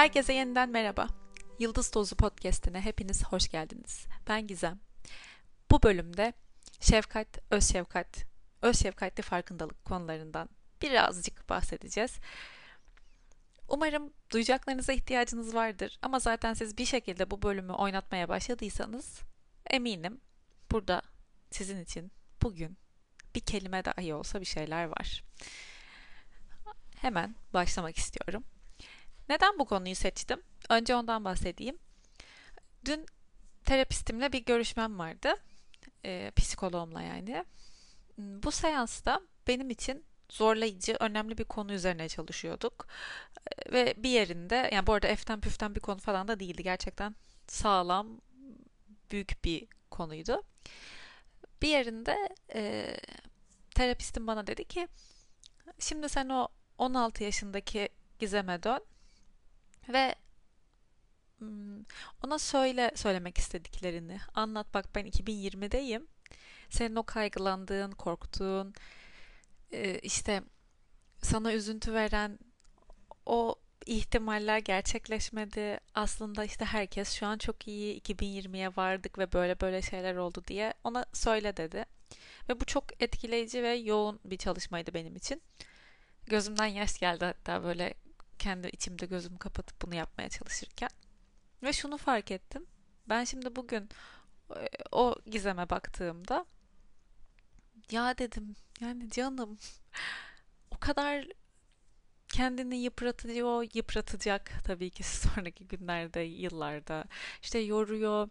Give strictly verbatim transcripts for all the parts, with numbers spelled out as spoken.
Herkese yeniden merhaba. Yıldız Tozu Podcast'ine hepiniz hoş geldiniz. Ben Gizem. Bu bölümde şefkat, öz şefkat, öz şefkatli farkındalık konularından birazcık bahsedeceğiz. Umarım duyacaklarınıza ihtiyacınız vardır ama zaten siz bir şekilde bu bölümü oynatmaya başladıysanız eminim burada sizin için bugün bir kelime dahi olsa bir şeyler var. Hemen başlamak istiyorum. Neden bu konuyu seçtim? Önce ondan bahsedeyim. Dün terapistimle bir görüşmem vardı. E, psikoloğumla yani. Bu seansta benim için zorlayıcı, önemli bir konu üzerine çalışıyorduk. E, ve bir yerinde, yani bu arada eften püften bir konu falan da değildi. Gerçekten sağlam, büyük bir konuydu. Bir yerinde e, terapistim bana dedi ki, şimdi sen o on altı yaşındaki Gizem'e dön ve hmm, ona söyle söylemek istediklerini. Anlat, bak ben iki bin yirmideyim. Senin o kaygılandığın, korktuğun, e, işte sana üzüntü veren o ihtimaller gerçekleşmedi. Aslında işte herkes şu an çok iyi, iki bin yirmiye vardık ve böyle böyle şeyler oldu diye ona söyle dedi. Ve bu çok etkileyici ve yoğun bir çalışmaydı benim için. Gözümden yaş geldi hatta böyle kendi içimde gözümü kapatıp bunu yapmaya çalışırken. Ve şunu fark ettim. Ben şimdi bugün e, o gizeme baktığımda ya dedim, yani canım o kadar kendini yıpratıyor, yıpratacak tabii ki sonraki günlerde, yıllarda. İşte yoruyor,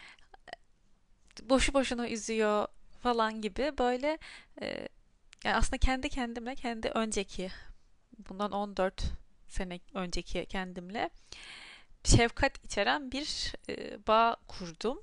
boşu boşuna üzüyor falan gibi böyle e, yani aslında kendi kendimle, kendi önceki bundan on dört sene önceki kendimle şefkat içeren bir e, bağ kurdum.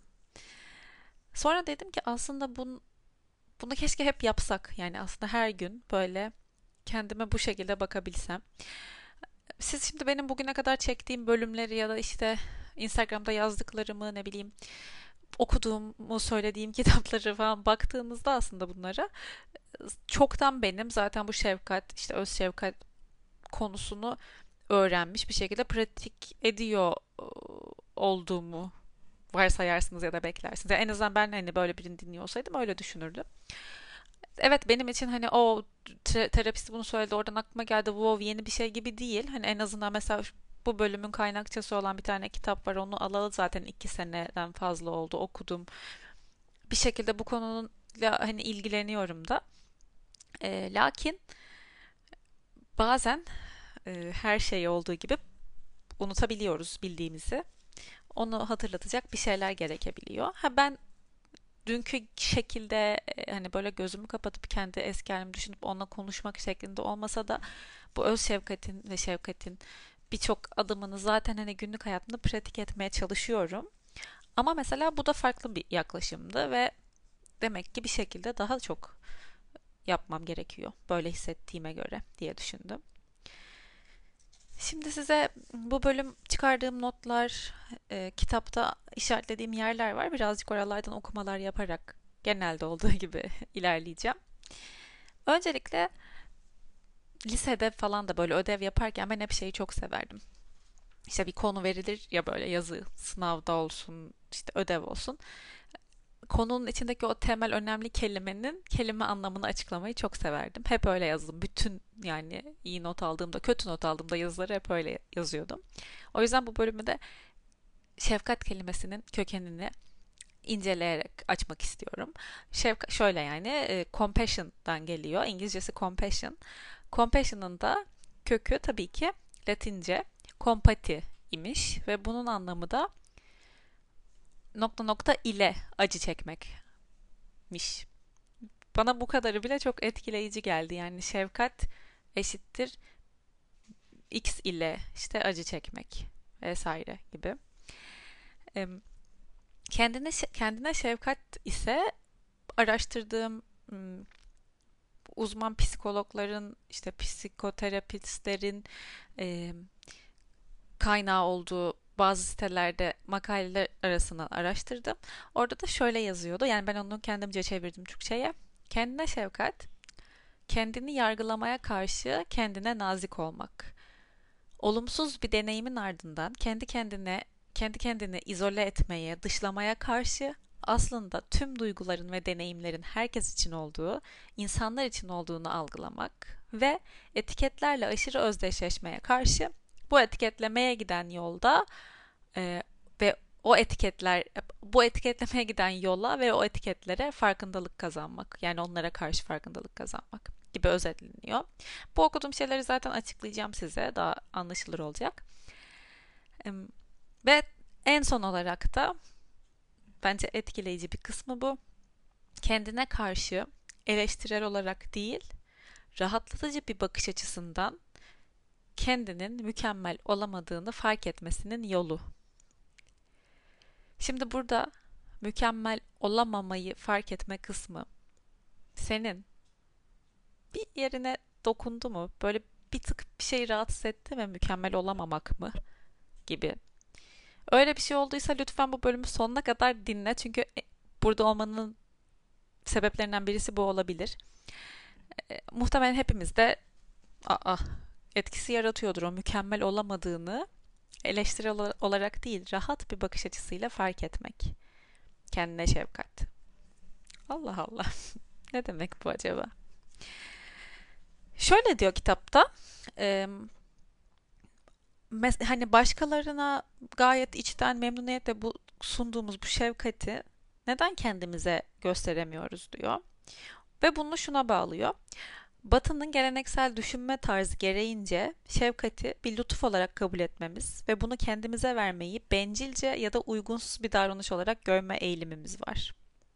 Sonra dedim ki aslında bunu, bunu keşke hep yapsak. Yani aslında her gün böyle kendime bu şekilde bakabilsem. Siz şimdi benim bugüne kadar çektiğim bölümleri ya da işte Instagram'da yazdıklarımı, ne bileyim, okuduğumu söylediğim kitapları falan baktığınızda aslında bunlara çoktan benim zaten bu şefkat, işte öz şefkat konusunu öğrenmiş bir şekilde pratik ediyor e, olduğumu varsayarsınız ya da beklersiniz. Yani en azından ben hani böyle birini dinliyor olsaydım öyle düşünürdüm. Evet, benim için hani o te- terapisti bunu söyledi, oradan aklıma geldi, wow, yeni bir şey gibi değil. Hani en azından mesela bu bölümün kaynakçası olan bir tane kitap var, onu alalı zaten iki seneden fazla oldu, okudum. Bir şekilde bu konuyla hani ilgileniyorum da. E, lakin bazen e, her şey olduğu gibi unutabiliyoruz bildiğimizi. Onu hatırlatacak bir şeyler gerekebiliyor. Ha, ben dünkü şekilde e, hani böyle gözümü kapatıp kendi eski halimi düşünüp onunla konuşmak şeklinde olmasa da bu öz şefkatin ve şefkatin birçok adımını zaten hani günlük hayatımda pratik etmeye çalışıyorum. Ama mesela bu da farklı bir yaklaşımdı ve demek ki bir şekilde daha çok yapmam gerekiyor böyle hissettiğime göre diye düşündüm. Şimdi size bu bölüm çıkardığım notlar, e, kitapta işaretlediğim yerler var. Birazcık oralardan okumalar yaparak genelde olduğu gibi ilerleyeceğim. Öncelikle lisede falan da böyle ödev yaparken ben hep şeyi çok severdim. İşte bir konu verilir ya, böyle yazı, sınavda olsun, işte ödev olsun. Konunun içindeki o temel önemli kelimenin kelime anlamını açıklamayı çok severdim. Hep öyle yazdım. Bütün, yani iyi not aldığımda, kötü not aldığımda yazıları hep öyle yazıyordum. O yüzden bu bölümü de şefkat kelimesinin kökenini inceleyerek açmak istiyorum. Şefkat şöyle, yani e, compassion'dan geliyor. İngilizcesi compassion. Compassion'ın da kökü tabii ki Latince compati imiş ve bunun anlamı da nokta nokta ile acı çekmekmiş. Bana bu kadarı bile çok etkileyici geldi. Yani şefkat eşittir X ile işte acı çekmek vesaire gibi. Kendine kendine şefkat ise araştırdığım uzman psikologların, işte psikoterapistlerin e, kaynağı olduğu bazı sitelerde makaleler arasından araştırdım. Orada da şöyle yazıyordu. Yani ben onu kendimce çevirdim Türkçe'ye. Kendine şefkat, kendini yargılamaya karşı kendine nazik olmak. olumsuz bir deneyimin ardından kendi kendine kendi kendini izole etmeye, dışlamaya karşı aslında tüm duyguların ve deneyimlerin herkes için olduğu, insanlar için olduğunu algılamak ve etiketlerle aşırı özdeşleşmeye karşı bu etiketlemeye giden yolda e, ve o etiketler bu etiketlemeye giden yola ve o etiketlere farkındalık kazanmak, yani onlara karşı farkındalık kazanmak gibi özetleniyor. Bu okuduğum şeyleri zaten açıklayacağım size, daha anlaşılır olacak. Ve en son olarak da bence etkileyici bir kısmı bu. Kendine karşı eleştirel olarak değil, rahatlatıcı bir bakış açısından kendinin mükemmel olamadığını fark etmesinin yolu. Şimdi burada mükemmel olamamayı fark etme kısmı senin bir yerine dokundu mu? Böyle bir tık bir şey rahatsız etti mi? Mükemmel olamamak mı? Gibi. Öyle bir şey olduysa lütfen bu bölümü sonuna kadar dinle. Çünkü burada olmanın sebeplerinden birisi bu olabilir. E, muhtemelen hepimiz de aa, etkisi yaratıyordur o mükemmel olamadığını eleştirel olarak değil, rahat bir bakış açısıyla fark etmek. Kendine şefkat. Allah Allah. Ne demek bu acaba? Şöyle diyor kitapta. E, mes- hani başkalarına gayet içten memnuniyetle bu sunduğumuz bu şefkati neden kendimize gösteremiyoruz diyor. Ve bunu şuna bağlıyor. Batı'nın geleneksel düşünme tarzı gereğince şefkati bir lütuf olarak kabul etmemiz ve bunu kendimize vermeyi bencilce ya da uygunsuz bir davranış olarak görme eğilimimiz var.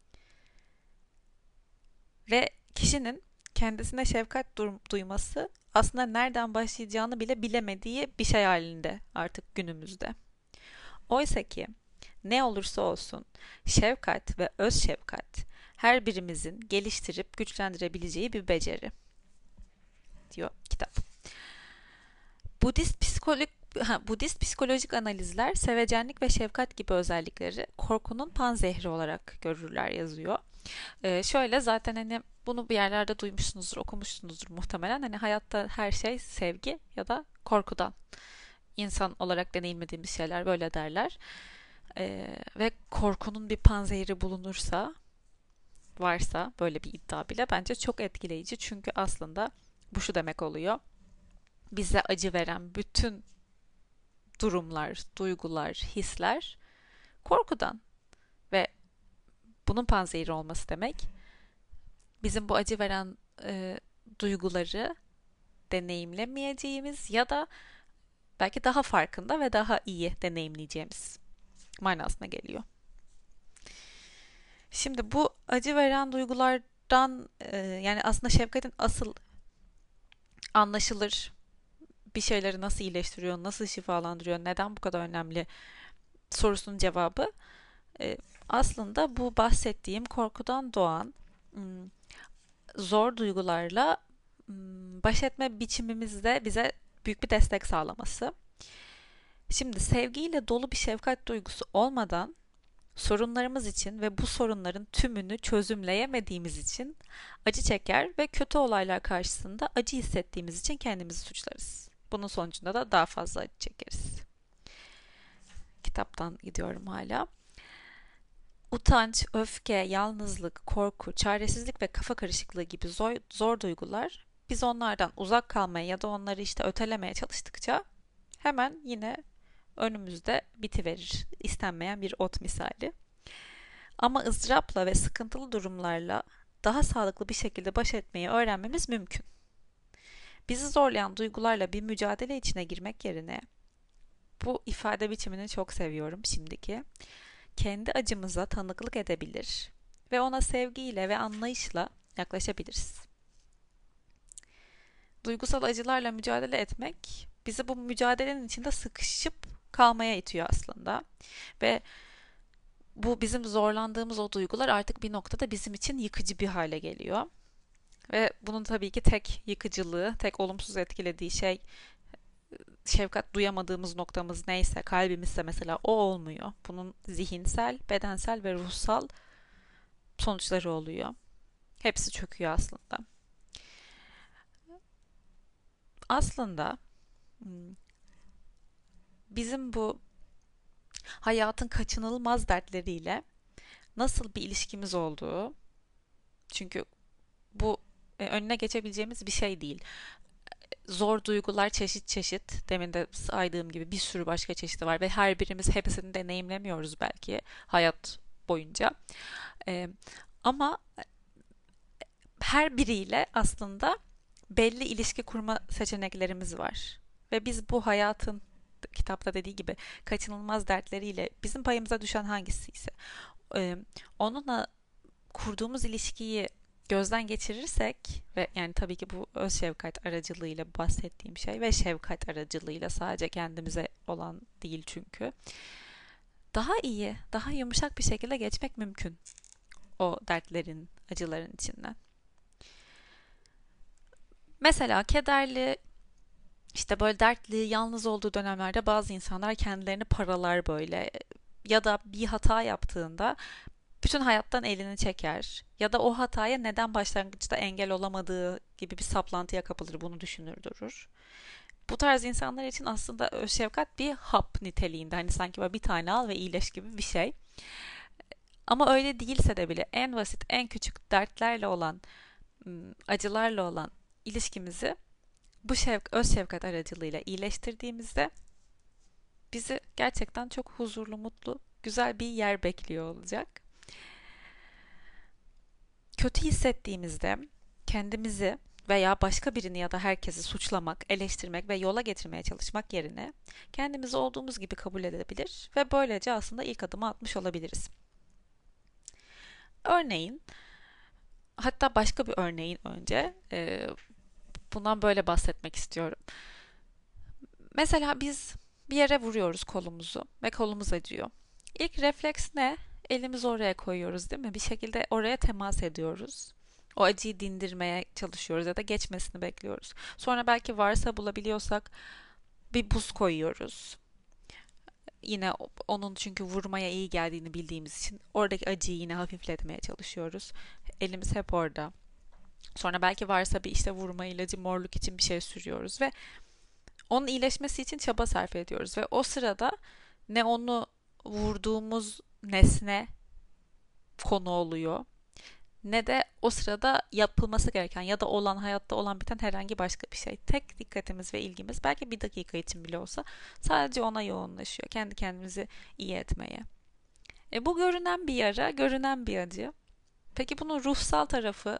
Ve kişinin kendisine şefkat duyması aslında nereden başlayacağını bile bilemediği bir şey halinde artık günümüzde. Oysa ki ne olursa olsun şefkat ve öz şefkat her birimizin geliştirip güçlendirebileceği bir beceri, diyor kitap. Budist psikolojik ha, Budist psikolojik analizler sevecenlik ve şefkat gibi özellikleri korkunun panzehri olarak görürler, yazıyor. Ee, şöyle zaten hani bunu bir yerlerde duymuşsunuzdur, okumuşsunuzdur muhtemelen. Hani hayatta her şey sevgi ya da korkudan. İnsan olarak deneyimlediğimiz şeyler böyle derler. Ee, ve korkunun bir panzehri bulunursa, varsa böyle bir iddia bile bence çok etkileyici. Çünkü aslında bu şu demek oluyor. Bize acı veren bütün durumlar, duygular, hisler korkudan ve bunun panzehiri olması demek bizim bu acı veren e, duyguları deneyimlemeyeceğimiz ya da belki daha farkında ve daha iyi deneyimleyeceğimiz manasına geliyor. Şimdi bu acı veren duygulardan e, yani aslında şefkatin asıl anlaşılır bir şeyleri nasıl iyileştiriyor, nasıl şifalandırıyor, neden bu kadar önemli sorusunun cevabı e, aslında bu bahsettiğim korkudan doğan zor duygularla baş etme biçimimizde bize büyük bir destek sağlaması. Şimdi sevgiyle dolu bir şefkat duygusu olmadan sorunlarımız için ve bu sorunların tümünü çözümleyemediğimiz için acı çeker ve kötü olaylar karşısında acı hissettiğimiz için kendimizi suçlarız. Bunun sonucunda da daha fazla acı çekeriz. Kitaptan gidiyorum hala. Utanç, öfke, yalnızlık, korku, çaresizlik ve kafa karışıklığı gibi zor, zor duygular biz onlardan uzak kalmaya ya da onları işte ötelemeye çalıştıkça hemen yine önümüzde bitiverir. İstenmeyen bir ot misali. Ama ızdırapla ve sıkıntılı durumlarla daha sağlıklı bir şekilde baş etmeyi öğrenmemiz mümkün. Bizi zorlayan duygularla bir mücadele içine girmek yerine bu ifade biçimini çok seviyorum şimdiki. Kendi acımıza tanıklık edebilir ve ona sevgiyle ve anlayışla yaklaşabiliriz. Duygusal acılarla mücadele etmek bizi bu mücadelenin içinde sıkışıp kalmaya itiyor aslında. Ve bu bizim zorlandığımız o duygular artık bir noktada bizim için yıkıcı bir hale geliyor. Ve bunun tabii ki tek yıkıcılığı, tek olumsuz etkilediği şey şefkat duyamadığımız noktamız neyse, kalbimizse mesela o olmuyor. Bunun zihinsel, bedensel ve ruhsal sonuçları oluyor. Hepsi çöküyor aslında. Aslında bizim bu hayatın kaçınılmaz dertleriyle nasıl bir ilişkimiz olduğu, çünkü bu e, önüne geçebileceğimiz bir şey değil. Zor duygular çeşit çeşit. Demin de saydığım gibi bir sürü başka çeşidi var ve her birimiz hepsini deneyimlemiyoruz belki hayat boyunca. Ee, ama her biriyle aslında belli ilişki kurma seçeneklerimiz var. Ve biz bu hayatın, kitapta dediği gibi, kaçınılmaz dertleriyle bizim payımıza düşen hangisi ise e, onunla kurduğumuz ilişkiyi gözden geçirirsek ve yani tabii ki bu öz şefkat aracılığıyla bahsettiğim şey ve şefkat aracılığıyla, sadece kendimize olan değil çünkü, daha iyi, daha yumuşak bir şekilde geçmek mümkün o dertlerin, acıların içinden. Mesela kederli, işte böyle dertli, yalnız olduğu dönemlerde bazı insanlar kendilerini paralar böyle, ya da bir hata yaptığında bütün hayattan elini çeker ya da o hataya neden başlangıçta engel olamadığı gibi bir saplantıya kapılır, bunu düşünür durur. Bu tarz insanlar için aslında öz şefkat bir hap niteliğinde, hani sanki böyle bir tane al ve iyileş gibi bir şey. Ama öyle değilse de bile en basit, en küçük dertlerle olan, acılarla olan ilişkimizi bu şevk, öz şefkat aracılığıyla iyileştirdiğimizde bizi gerçekten çok huzurlu, mutlu, güzel bir yer bekliyor olacak. Kötü hissettiğimizde kendimizi veya başka birini ya da herkesi suçlamak, eleştirmek ve yola getirmeye çalışmak yerine kendimizi olduğumuz gibi kabul edebilir ve böylece aslında ilk adımı atmış olabiliriz. Örneğin, hatta başka bir örneğin önce e, bundan böyle bahsetmek istiyorum. Mesela biz bir yere vuruyoruz kolumuzu ve kolumuz acıyor. İlk refleks ne? Elimizi oraya koyuyoruz, değil mi? Bir şekilde oraya temas ediyoruz. O acıyı dindirmeye çalışıyoruz ya da geçmesini bekliyoruz. Sonra belki varsa, bulabiliyorsak, bir buz koyuyoruz. Yine onun, çünkü vurmaya iyi geldiğini bildiğimiz için oradaki acıyı yine hafifletmeye çalışıyoruz. Elimiz hep orada. Sonra belki varsa bir işte vurma ilacı, morluk için bir şey sürüyoruz ve onun iyileşmesi için çaba sarf ediyoruz. Ve o sırada ne onu vurduğumuz nesne konu oluyor, ne de o sırada yapılması gereken ya da olan, hayatta olan biten herhangi başka bir şey. Tek dikkatimiz ve ilgimiz, belki bir dakika için bile olsa, sadece ona yoğunlaşıyor. Kendi kendimizi iyi etmeye. E bu görünen bir yara, görünen bir acı. Peki bunun ruhsal tarafı,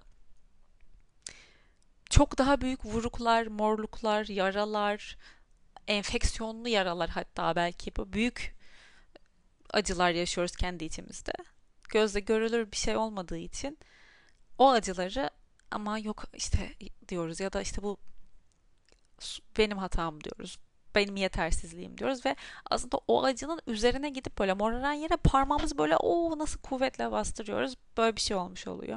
çok daha büyük vuruklar, morluklar, yaralar, enfeksiyonlu yaralar, hatta belki bu büyük acılar yaşıyoruz kendi içimizde. Gözle görülür bir şey olmadığı için o acıları, ama yok işte diyoruz ya da işte bu benim hatam diyoruz. Benim yetersizliğim diyoruz ve aslında o acının üzerine gidip böyle moraran yere parmağımızı böyle o nasıl kuvvetle bastırıyoruz. Böyle bir şey olmuş oluyor.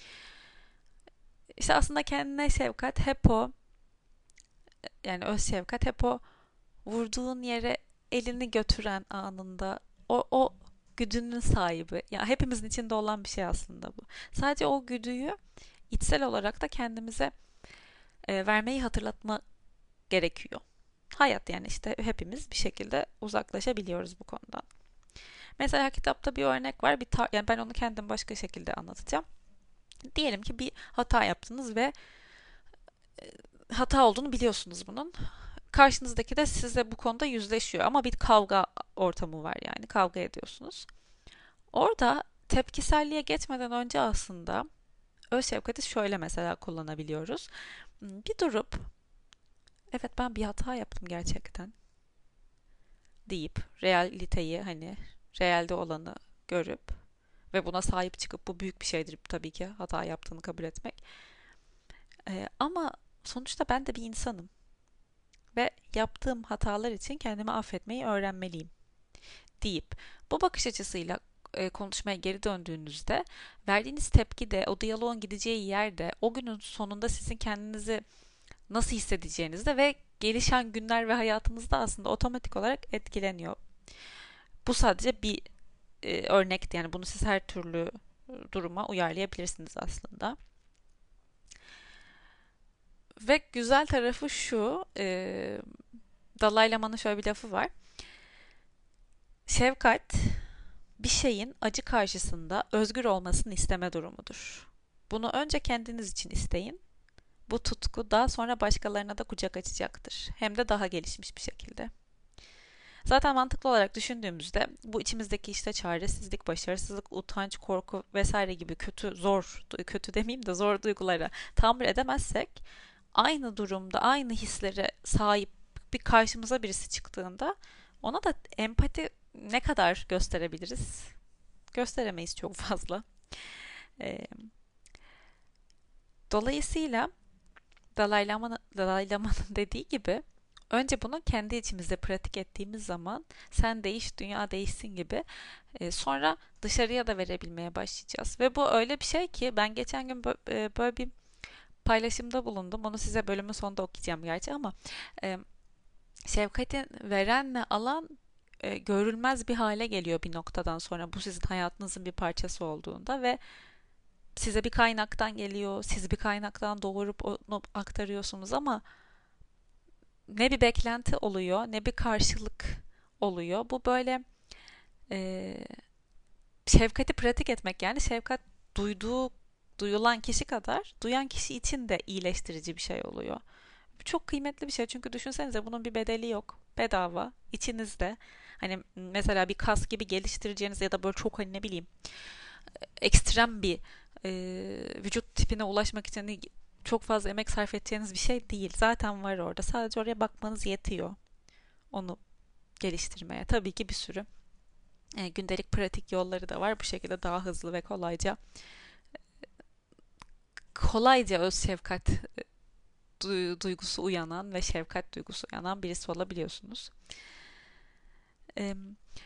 İşte aslında kendine şefkat hep o, yani öz şefkat hep o vurduğun yere elini götüren anında o, o güdünün sahibi. Ya hepimizin içinde olan bir şey aslında bu. Sadece o güdüyü içsel olarak da kendimize e, vermeyi hatırlatma gerekiyor. Hayat, yani işte hepimiz bir şekilde uzaklaşabiliyoruz bu konudan. Mesela kitapta bir örnek var. Bir tar- yani ben onu kendim başka şekilde anlatacağım. Diyelim ki bir hata yaptınız ve hata olduğunu biliyorsunuz bunun. Karşınızdaki de size bu konuda yüzleşiyor ama bir kavga ortamı var, yani kavga ediyorsunuz. Orada tepkiselliğe geçmeden önce aslında öz şefkati şöyle mesela kullanabiliyoruz. Bir durup, evet ben bir hata yaptım gerçekten deyip, realiteyi, hani realde olanı görüp ve buna sahip çıkıp, bu büyük bir şeydir tabii ki hata yaptığını kabul etmek. Ee, ama sonuçta ben de bir insanım ve yaptığım hatalar için kendimi affetmeyi öğrenmeliyim deyip bu bakış açısıyla e, konuşmaya geri döndüğünüzde verdiğiniz tepki de, o diyaloğun gideceği yerde, o günün sonunda sizin kendinizi nasıl hissedeceğinizde ve gelişen günler ve hayatınızda aslında otomatik olarak etkileniyor. Bu sadece bir e, örnekti, yani bunu siz her türlü duruma uyarlayabilirsiniz aslında. Ve güzel tarafı şu, e, Dalai Lama'nın şöyle bir lafı var. Şefkat, bir şeyin acı karşısında özgür olmasını isteme durumudur. Bunu önce kendiniz için isteyin. Bu tutku daha sonra başkalarına da kucak açacaktır. Hem de daha gelişmiş bir şekilde. Zaten mantıklı olarak düşündüğümüzde bu içimizdeki işte çaresizlik, başarısızlık, utanç, korku vesaire gibi kötü, zor, kötü demeyeyim de zor duygulara tahammül edemezsek aynı durumda, aynı hislere sahip bir karşımıza birisi çıktığında ona da empati ne kadar gösterebiliriz? Gösteremeyiz çok fazla. Ee, Dolayısıyla Dalai Lama'nın, Dalai Lama'nın dediği gibi önce bunu kendi içimizde pratik ettiğimiz zaman sen değiş, dünya değişsin gibi e, sonra dışarıya da verebilmeye başlayacağız. Ve bu öyle bir şey ki ben geçen gün bö- e, böyle bir paylaşımda bulundum. Onu size bölümün sonunda okuyacağım gerçi ama e, şefkatin verenle alan e, görülmez bir hale geliyor bir noktadan sonra. Bu sizin hayatınızın bir parçası olduğunda ve size bir kaynaktan geliyor, siz bir kaynaktan doğurup onu aktarıyorsunuz ama ne bir beklenti oluyor, ne bir karşılık oluyor. Bu böyle e, şefkati pratik etmek yani şefkat duyduğu duyulan kişi kadar duyan kişi için de iyileştirici bir şey oluyor. Bu çok kıymetli bir şey çünkü düşünsenize bunun bir bedeli yok. Bedava, içinizde. Hani mesela bir kas gibi geliştireceğiniz ya da böyle çok hani ne bileyim ekstrem bir e, vücut tipine ulaşmak için hani çok fazla emek sarf edeceğiniz bir şey değil. Zaten var orada. Sadece oraya bakmanız yetiyor. Onu geliştirmeye. Tabii ki bir sürü e, gündelik pratik yolları da var. Bu şekilde daha hızlı ve kolayca kolayca öz şefkat du- duygusu uyanan ve şefkat duygusu uyanan birisi olabiliyorsunuz. E,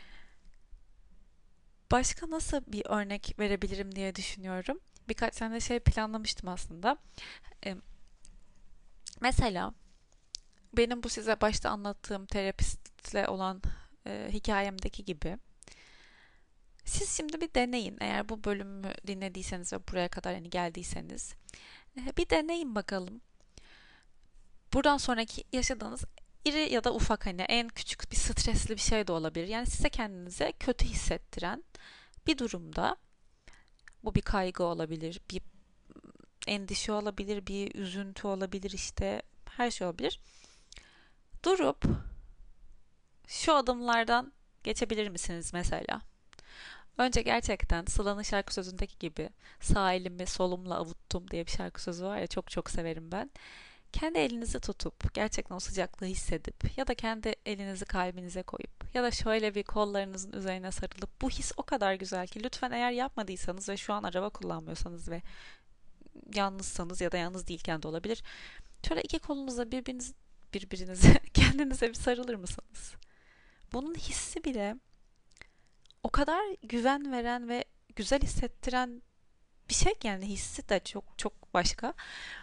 Başka nasıl bir örnek verebilirim diye düşünüyorum. Birkaç tane şey planlamıştım aslında. E, Mesela benim bu size başta anlattığım terapistle olan e, hikayemdeki gibi siz şimdi bir deneyin. Eğer bu bölümü dinlediyseniz ve buraya kadar hani geldiyseniz e, bir deneyin bakalım. Buradan sonraki yaşadığınız iri ya da ufak hani en küçük bir stresli bir şey de olabilir. Yani size kendinize kötü hissettiren bir durumda bu bir kaygı olabilir, bir endişe olabilir, bir üzüntü olabilir işte her şey olabilir. Durup şu adımlardan geçebilir misiniz mesela? Önce gerçekten Sıla'nın şarkı sözündeki gibi sağ elimi solumla avuttum diye bir şarkı sözü var ya çok çok severim ben. Kendi elinizi tutup gerçekten o sıcaklığı hissedip ya da kendi elinizi kalbinize koyup ya da şöyle bir kollarınızın üzerine sarılıp bu his o kadar güzel ki lütfen eğer yapmadıysanız ve şu an araba kullanmıyorsanız ve yalnızsanız ya da yalnız değilken de olabilir. Şöyle iki kolunuzla birbiriniz birbirinize kendinize bir sarılır mısınız? Bunun hissi bile o kadar güven veren ve güzel hissettiren bir şey ki yani hissi de çok çok başka.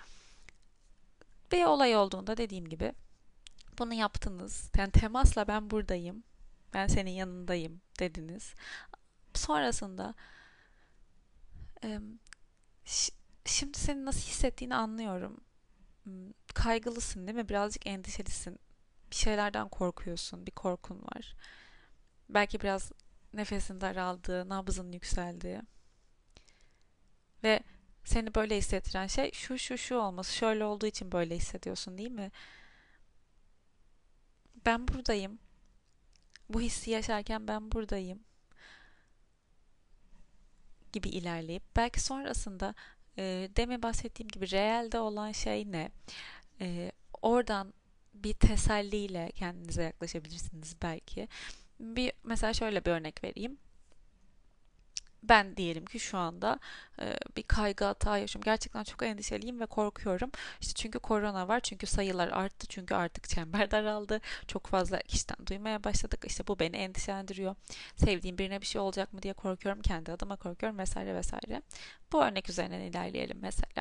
Bir olay olduğunda dediğim gibi bunu yaptınız. Yani temasla ben buradayım. Ben senin yanındayım dediniz. Sonrasında şimdi senin nasıl hissettiğini anlıyorum. Kaygılısın değil mi? Birazcık endişelisin. Bir şeylerden korkuyorsun. Bir korkun var. Belki biraz nefesin daraldığı, nabzın yükseldiği ve seni böyle hissettiren şey şu şu şu olması, şöyle olduğu için böyle hissediyorsun değil mi? Ben buradayım. Bu hissi yaşarken ben buradayım gibi ilerleyip belki sonrasında e, demin bahsettiğim gibi reelde olan şey ne? E, Oradan bir teselliyle kendinize yaklaşabilirsiniz belki. Bir mesela şöyle bir örnek vereyim. Ben diyelim ki şu anda e, bir kaygı hata yaşıyorum. Gerçekten çok endişeliyim ve korkuyorum. İşte çünkü korona var, çünkü sayılar arttı, çünkü artık çember daraldı. Çok fazla kişiden duymaya başladık. İşte bu beni endişelendiriyor. Sevdiğim birine bir şey olacak mı diye korkuyorum. Kendi adıma korkuyorum vesaire vesaire. Bu örnek üzerinden ilerleyelim mesela.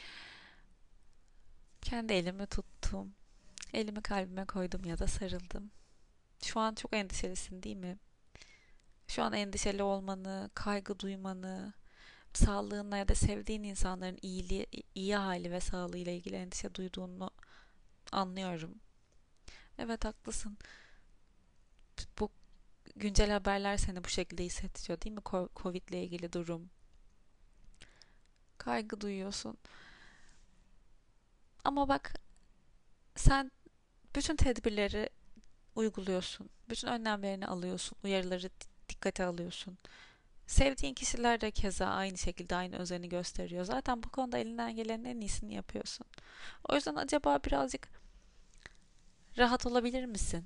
Kendi elimi tuttum. Elimi kalbime koydum ya da sarıldım. Şu an çok endişelisin değil mi? Şu an endişeli olmanı, kaygı duymanı, sağlığınla ya da sevdiğin insanların iyiliği, iyi hali ve sağlığıyla ilgili endişe duyduğunu anlıyorum. Evet haklısın. Bu güncel haberler seni bu şekilde hissettiriyor değil mi? Ko- Covid ile ilgili durum. Kaygı duyuyorsun. Ama bak, sen bütün tedbirleri uyguluyorsun. Bütün önlemlerini alıyorsun. Uyarıları di- dikkate alıyorsun. Sevdiğin kişiler de keza aynı şekilde aynı özeni gösteriyor. Zaten bu konuda elinden gelenin en iyisini yapıyorsun. O yüzden acaba birazcık rahat olabilir misin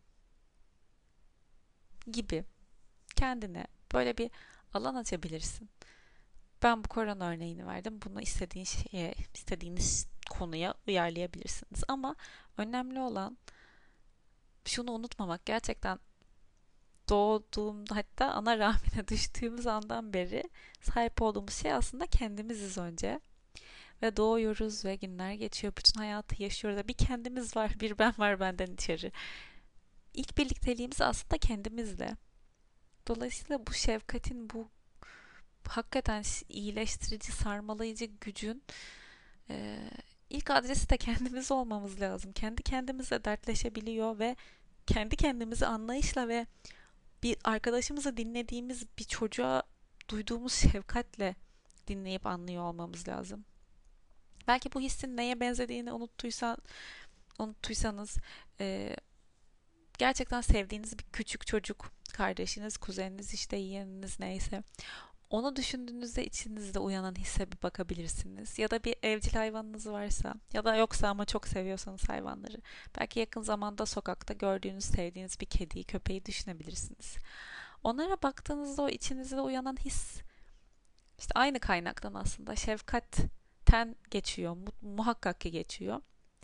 gibi kendine böyle bir alan açabilirsin. Ben bu korona örneğini verdim. Bunu istediğin şeye, istediğiniz konuya uyarlayabilirsiniz. Ama önemli olan şunu unutmamak. Gerçekten doğduğumda, hatta ana rahmine düştüğümüz andan beri sahip olduğumuz şey aslında kendimiziz önce. Ve doğuyoruz ve günler geçiyor. Bütün hayatı yaşıyoruz. Bir kendimiz var, bir ben var benden içeri. İlk birlikteliğimiz aslında kendimizle. Dolayısıyla bu şefkatin, bu hakikaten iyileştirici, sarmalayıcı gücün e, ilk adresi de kendimiz olmamız lazım. Kendi kendimize dertleşebiliyor ve kendi kendimizi anlayışla ve bir arkadaşımızı dinlediğimiz bir çocuğa duyduğumuz şefkatle dinleyip anlıyor olmamız lazım. Belki bu hissin neye benzediğini unuttuysan, unuttuysanız e, gerçekten sevdiğiniz bir küçük çocuk, kardeşiniz, kuzeniniz, işte yeğeniniz neyse. Onu düşündüğünüzde içinizde uyanan hisse bir bakabilirsiniz. Ya da bir evcil hayvanınız varsa ya da yoksa ama çok seviyorsanız hayvanları. Belki yakın zamanda sokakta gördüğünüz, sevdiğiniz bir kediyi, köpeği düşünebilirsiniz. Onlara baktığınızda o içinizde uyanan his işte aynı kaynaktan aslında şefkatten geçiyor. Muhakkak ki geçiyor.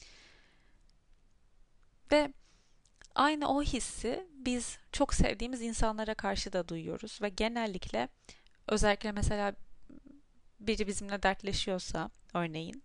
Ve aynı o hissi biz çok sevdiğimiz insanlara karşı da duyuyoruz. Ve genellikle özellikle mesela biri bizimle dertleşiyorsa örneğin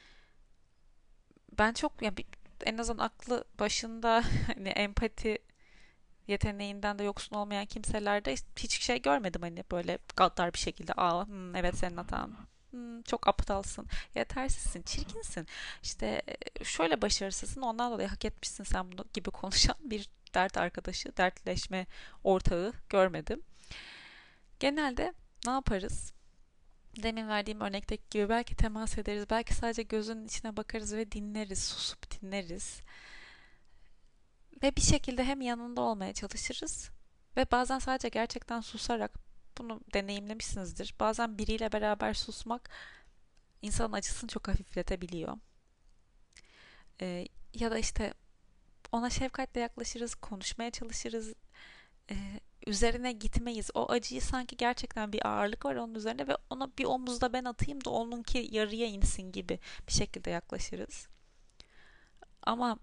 ben çok ya bir- en azından aklı başında hani empati yeteneğinden de yoksun olmayan kimselerde hiçbir şey görmedim hani böyle gaddar bir şekilde aa hmm, evet senin hatan. Hmm, çok aptalsın, yetersizsin, çirkinsin, işte e, şöyle başarısızsın, ondan dolayı hak etmişsin sen bunu gibi konuşan bir dert arkadaşı, dertleşme ortağı görmedim. Genelde ne yaparız? Demin verdiğim örnekteki gibi belki temas ederiz, belki sadece gözünün içine bakarız ve dinleriz, susup dinleriz. Ve bir şekilde hem yanında olmaya çalışırız ve bazen sadece gerçekten susarak, bunu deneyimlemişsinizdir. Bazen biriyle beraber susmak insanın acısını çok hafifletebiliyor. Ee, Ya da işte ona şefkatle yaklaşırız, konuşmaya çalışırız, e, üzerine gitmeyiz. O acıyı sanki gerçekten bir ağırlık var onun üzerine ve ona bir omuzda ben atayım da onunki yarıya insin gibi bir şekilde yaklaşırız. Ama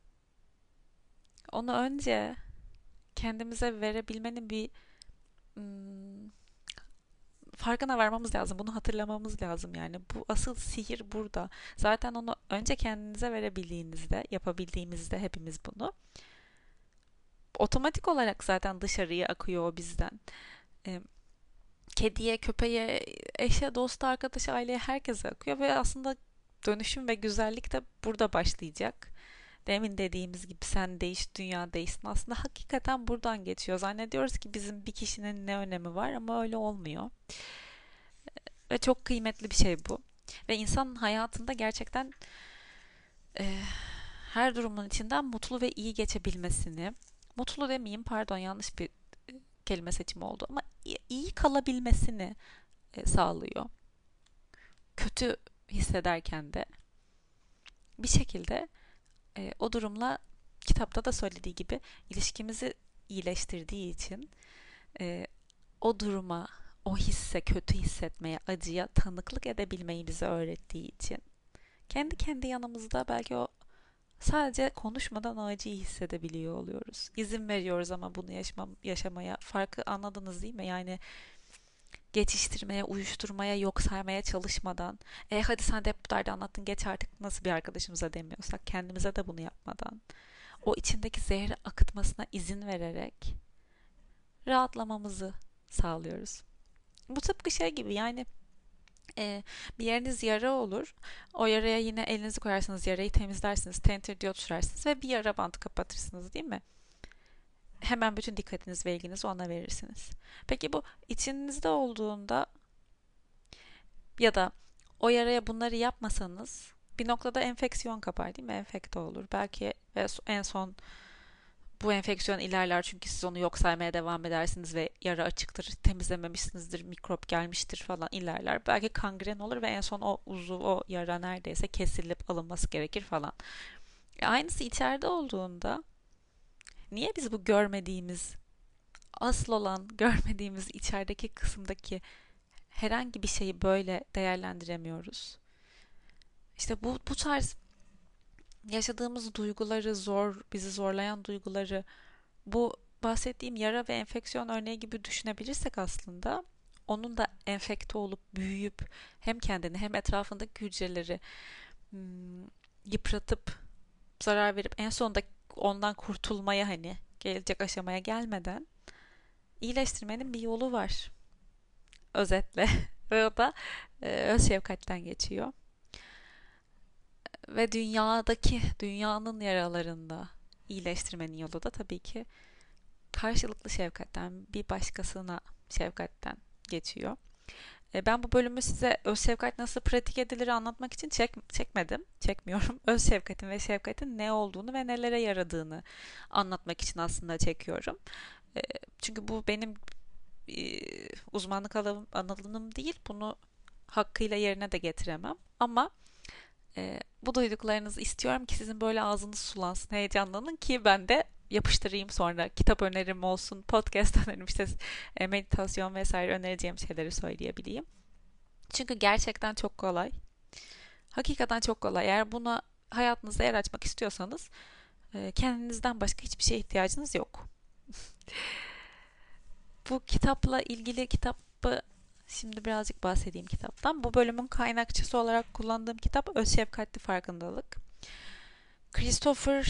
onu önce kendimize verebilmenin bir ım, farkına varmamız lazım. Bunu hatırlamamız lazım yani. Bu asıl sihir burada. Zaten onu önce kendinize verebildiğinizde, yapabildiğimizde hepimiz bunu. Otomatik olarak zaten dışarıya akıyor o bizden. Ee, Kediye, köpeğe, eşe, dosta, arkadaşa, aileye herkese akıyor ve aslında dönüşüm ve güzellik de burada başlayacak. Demin dediğimiz gibi sen değiş, dünya değişsin. Aslında hakikaten buradan geçiyor. Zannediyoruz ki bizim bir kişinin ne önemi var ama öyle olmuyor. Ve çok kıymetli bir şey bu. Ve insanın hayatında gerçekten e, her durumun içinden mutlu ve iyi geçebilmesini, mutlu demeyeyim pardon yanlış bir e, kelime seçimi oldu ama iyi kalabilmesini e, sağlıyor. Kötü hissederken de bir şekilde e, o durumla kitapta da söylediği gibi ilişkimizi iyileştirdiği için e, o duruma, o hisse, kötü hissetmeye, acıya tanıklık edebilmeyi bize öğrettiği için kendi kendi yanımızda belki o sadece konuşmadan o acıyı hissedebiliyor oluyoruz. İzin veriyoruz ama bunu yaşama, yaşamaya. Farkı anladınız değil mi? Yani geçiştirmeye, uyuşturmaya, yok saymaya çalışmadan. E hadi sen de hep bu derdi anlattın geç artık nasıl bir arkadaşımıza demiyorsak kendimize de bunu yapmadan. O içindeki zehri akıtmasına izin vererek rahatlamamızı sağlıyoruz. Bu tıpkı şey gibi yani e, bir yeriniz yara olur. O yaraya yine elinizi koyarsınız, yarayı temizlersiniz, tentir diye sürersiniz ve bir yara bandı kapatırsınız değil mi? hemen bütün dikkatiniz ve ilginizi ona verirsiniz. Peki bu içinizde olduğunda ya da o yaraya bunları yapmasanız bir noktada enfeksiyon kapar değil mi? Enfekte olur. Belki en son bu enfeksiyon ilerler çünkü siz onu yok saymaya devam edersiniz ve yara açıktır, temizlememişsinizdir, mikrop gelmiştir falan ilerler. Belki kangren olur ve en son o uzuv, o yara neredeyse kesilip alınması gerekir falan. E aynısı içeride olduğunda niye biz bu görmediğimiz, asıl olan görmediğimiz içerideki kısımdaki herhangi bir şeyi böyle değerlendiremiyoruz? İşte bu, bu tarz yaşadığımız duyguları, zor, bizi zorlayan duyguları bu bahsettiğim yara ve enfeksiyon örneği gibi düşünebilirsek aslında onun da enfekte olup büyüyüp hem kendini hem etrafındaki hücreleri hmm, yıpratıp zarar verip en sonunda ondan kurtulmaya hani gelecek aşamaya gelmeden iyileştirmenin bir yolu var. Özetle. Ve o da e, öz şefkatten geçiyor. Ve dünyadaki, dünyanın yaralarında iyileştirmenin yolu da tabii ki karşılıklı şefkatten, bir başkasına şefkatten geçiyor. E, ben bu bölümü size öz şefkat nasıl pratik edilir anlatmak için çek, çekmedim, çekmiyorum. Öz şefkatin ve şefkatin ne olduğunu ve nelere yaradığını anlatmak için aslında çekiyorum. E, çünkü bu benim e, uzmanlık alanım, alanım değil. Bunu hakkıyla yerine de getiremem. Ama e, bu duyduklarınızı istiyorum ki sizin böyle ağzınız sulansın, heyecanlanın ki ben de yapıştırayım sonra. Kitap önerim olsun, podcast önerim, işte e, meditasyon vesaire önereceğim şeyleri söyleyebileyim. Çünkü gerçekten çok kolay. Hakikaten çok kolay. Eğer buna hayatınızda yer açmak istiyorsanız e, kendinizden başka hiçbir şeye ihtiyacınız yok. Bu kitapla ilgili kitabı şimdi birazcık bahsedeyim kitaptan. Bu bölümün kaynakçısı olarak kullandığım kitap Öz Şefkatli Farkındalık. Christopher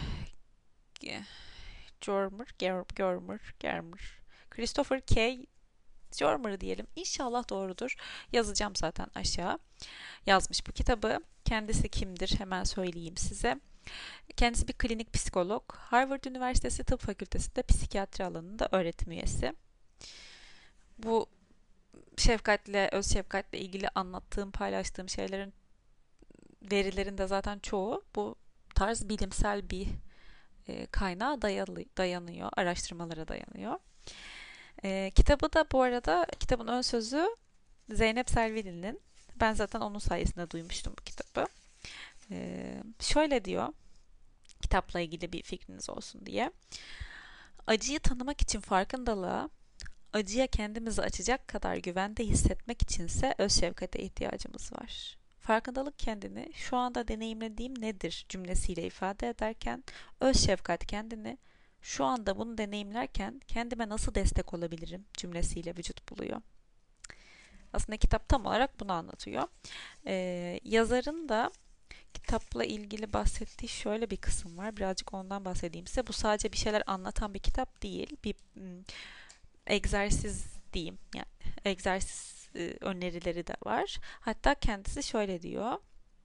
Germer, Germer, Germer. Christopher K. Germer diyelim. İnşallah doğrudur. Yazacağım zaten aşağı. Yazmış bu kitabı. Kendisi kimdir? Hemen söyleyeyim size. Kendisi bir klinik psikolog. Harvard Üniversitesi Tıp Fakültesi'nde psikiyatri alanında öğretim üyesi. Bu şefkatle, öz şefkatle ilgili anlattığım, paylaştığım şeylerin verilerinde zaten çoğu bu tarz bilimsel bir e, kaynağa dayalı, dayanıyor, araştırmalara dayanıyor. E, kitabı da bu arada, kitabın ön sözü Zeynep Selvili'nin. Ben zaten onun sayesinde duymuştum bu kitabı. E, şöyle diyor, kitapla ilgili bir fikriniz olsun diye. Acıyı tanımak için farkındalığa, acıya kendimizi açacak kadar güvende hissetmek içinse öz şefkate ihtiyacımız var. Farkındalık kendini şu anda deneyimlediğim nedir cümlesiyle ifade ederken, öz şefkat kendini şu anda bunu deneyimlerken kendime nasıl destek olabilirim cümlesiyle vücut buluyor. Aslında kitap tam olarak bunu anlatıyor. Ee, yazarın da kitapla ilgili bahsettiği şöyle bir kısım var. Birazcık ondan bahsedeyim size. Bu sadece bir şeyler anlatan bir kitap değil. Bir m, egzersiz diyeyim. Yani egzersiz e, önerileri de var. Hatta kendisi şöyle diyor.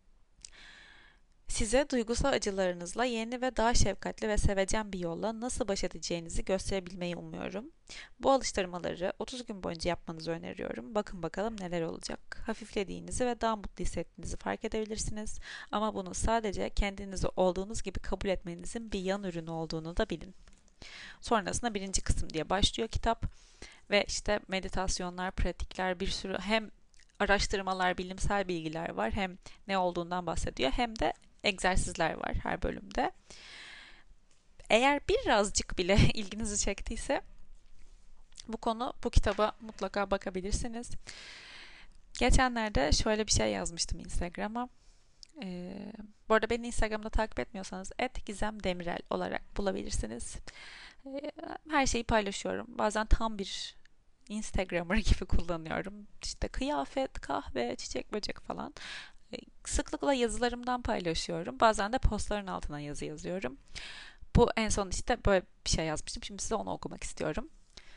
Size duygusal acılarınızla yeni ve daha şefkatli ve sevecen bir yolla nasıl baş edeceğinizi gösterebilmeyi umuyorum. Bu alıştırmaları otuz gün boyunca yapmanızı öneriyorum. Bakın bakalım neler olacak. Hafiflediğinizi ve daha mutlu hissettiğinizi fark edebilirsiniz. Ama bunu sadece kendinizi olduğunuz gibi kabul etmenizin bir yan ürünü olduğunu da bilin. Sonrasında birinci kısım diye başlıyor kitap. Ve işte meditasyonlar, pratikler, bir sürü hem araştırmalar, bilimsel bilgiler var. Hem ne olduğundan bahsediyor hem de egzersizler var her bölümde. Eğer birazcık bile ilginizi çektiyse bu konu, bu kitaba mutlaka bakabilirsiniz. Geçenlerde şöyle bir şey yazmıştım Instagram'a. Ee, bu arada beni Instagram'da takip etmiyorsanız et gizem demirel olarak bulabilirsiniz. Ee, her şeyi paylaşıyorum. Bazen tam bir Instagrammer gibi kullanıyorum. İşte kıyafet, kahve, çiçek, böcek falan. Sıklıkla yazılarımdan paylaşıyorum. Bazen de postların altına yazı yazıyorum. Bu en son işte böyle bir şey yazmıştım. Şimdi size onu okumak istiyorum.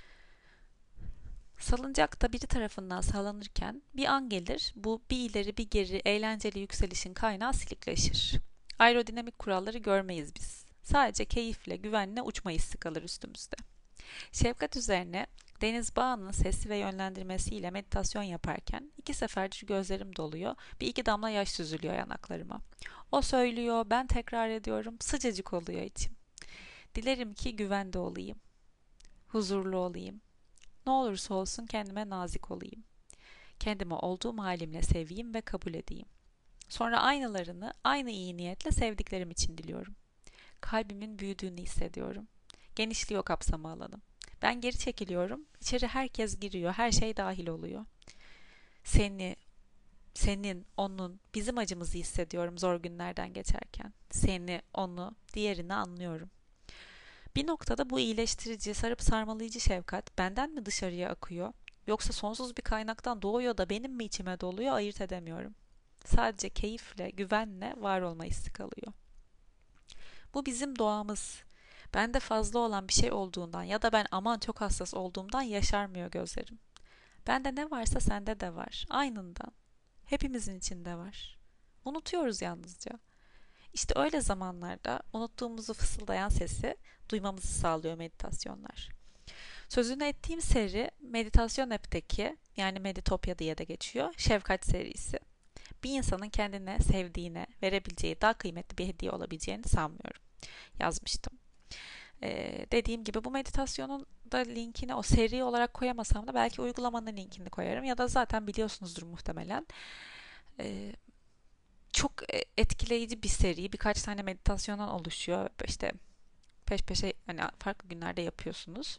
Salıncakta biri tarafından sallanırken bir an gelir, bu bir ileri bir geri eğlenceli yükselişin kaynağı silikleşir. Aerodinamik kuralları görmeyiz biz. Sadece keyifle, güvenle uçma hissi kalır üstümüzde. Şefkat üzerine Deniz Bağan'ın sesi ve yönlendirmesiyle meditasyon yaparken iki seferdir gözlerim doluyor, bir iki damla yaş süzülüyor yanaklarıma. O söylüyor, ben tekrar ediyorum, sıcacık oluyor içim. Dilerim ki güvende olayım, huzurlu olayım. Ne olursa olsun kendime nazik olayım. Kendimi olduğum halimle seveyim ve kabul edeyim. Sonra aynalarını aynı iyi niyetle sevdiklerim için diliyorum. Kalbimin büyüdüğünü hissediyorum. Genişliyor kapsama alanım. Ben geri çekiliyorum. İçeri herkes giriyor. Her şey dahil oluyor. Seni, senin, onun, bizim acımızı hissediyorum zor günlerden geçerken. Seni, onu, diğerini anlıyorum. Bir noktada bu iyileştirici, sarıp sarmalayıcı şefkat benden mi dışarıya akıyor? Yoksa sonsuz bir kaynaktan doğuyor da benim mi içime doluyor ayırt edemiyorum. Sadece keyifle, güvenle var olma hissi kalıyor. Bu bizim doğamız. Bende fazla olan bir şey olduğundan ya da ben aman çok hassas olduğumdan yaşarmıyor gözlerim. Bende ne varsa sende de var. Aynından. Hepimizin içinde var. Unutuyoruz yalnızca. İşte öyle zamanlarda unuttuğumuzu fısıldayan sesi duymamızı sağlıyor meditasyonlar. Sözünü ettiğim seri Meditasyon App'teki, yani Meditopya diye de geçiyor, Şefkat serisi. Bir insanın kendine, sevdiğine verebileceği daha kıymetli bir hediye olabileceğini sanmıyorum. Yazmıştım. Ee, dediğim gibi bu meditasyonun da linkini o seri olarak koyamasam da belki uygulamanın linkini koyarım ya da zaten biliyorsunuzdur muhtemelen. Ee, çok etkileyici bir seri. Birkaç tane meditasyondan oluşuyor. İşte peş peşe hani farklı günlerde yapıyorsunuz.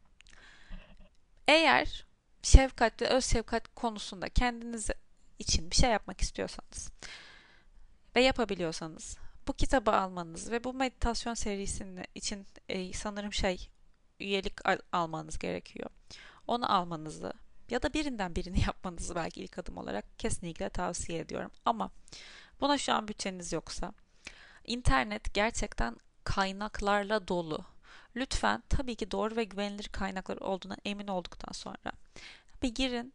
Eğer şefkat ve öz şefkat konusunda kendiniz için bir şey yapmak istiyorsanız ve yapabiliyorsanız bu kitabı almanız ve bu meditasyon serisinin için e, sanırım şey üyelik al- almanız gerekiyor. Onu almanızı ya da birinden birini yapmanızı belki ilk adım olarak kesinlikle tavsiye ediyorum. Ama buna şu an bütçeniz yoksa internet gerçekten kaynaklarla dolu. Lütfen tabii ki doğru ve güvenilir kaynaklar olduğuna emin olduktan sonra bir girin.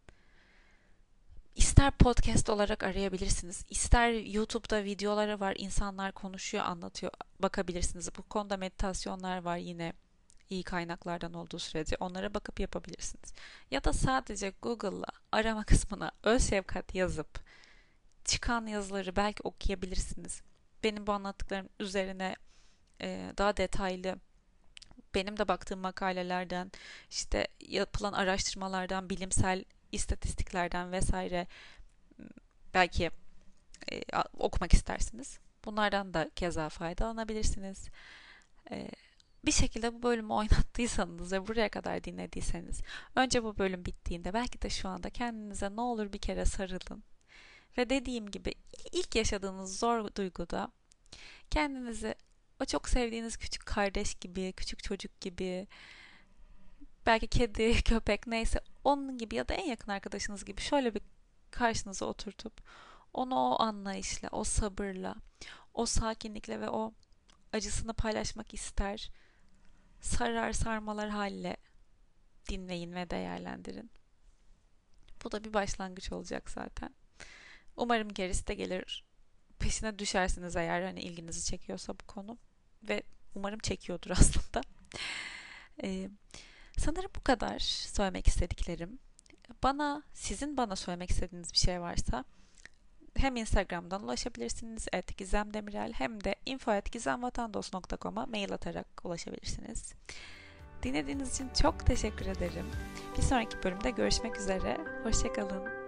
İster podcast olarak arayabilirsiniz, ister YouTube'da videoları var, insanlar konuşuyor, anlatıyor, bakabilirsiniz. Bu konuda meditasyonlar var yine iyi kaynaklardan olduğu sürece onlara bakıp yapabilirsiniz. Ya da sadece Google'la arama kısmına öz şefkat yazıp çıkan yazıları belki okuyabilirsiniz. Benim bu anlattıklarım üzerine e, daha detaylı benim de baktığım makalelerden, işte yapılan araştırmalardan, bilimsel istatistiklerden vesaire belki e, okumak istersiniz. Bunlardan da keza faydalanabilirsiniz. E, bir şekilde bu bölümü oynattıysanız ve buraya kadar dinlediyseniz, önce bu bölüm bittiğinde belki de şu anda kendinize ne olur bir kere sarılın. Ve dediğim gibi ilk yaşadığınız zor duyguda kendinizi o çok sevdiğiniz küçük kardeş gibi, küçük çocuk gibi, belki kedi, köpek neyse onun gibi ya da en yakın arkadaşınız gibi şöyle bir karşınıza oturtup onu o anlayışla, o sabırla, o sakinlikle ve o acısını paylaşmak ister, sarar sarmalar halle dinleyin ve değerlendirin. Bu da bir başlangıç olacak zaten. Umarım gerisi de gelir. Peşine düşersiniz eğer hani ilginizi çekiyorsa bu konu. Ve umarım çekiyordur aslında. Ee, sanırım bu kadar söylemek istediklerim. Bana, sizin bana söylemek istediğiniz bir şey varsa hem Instagram'dan ulaşabilirsiniz et Gizem Demirel hem de info at gizemvatandos nokta com'a mail atarak ulaşabilirsiniz. Dinlediğiniz için çok teşekkür ederim. Bir sonraki bölümde görüşmek üzere. Hoşça kalın.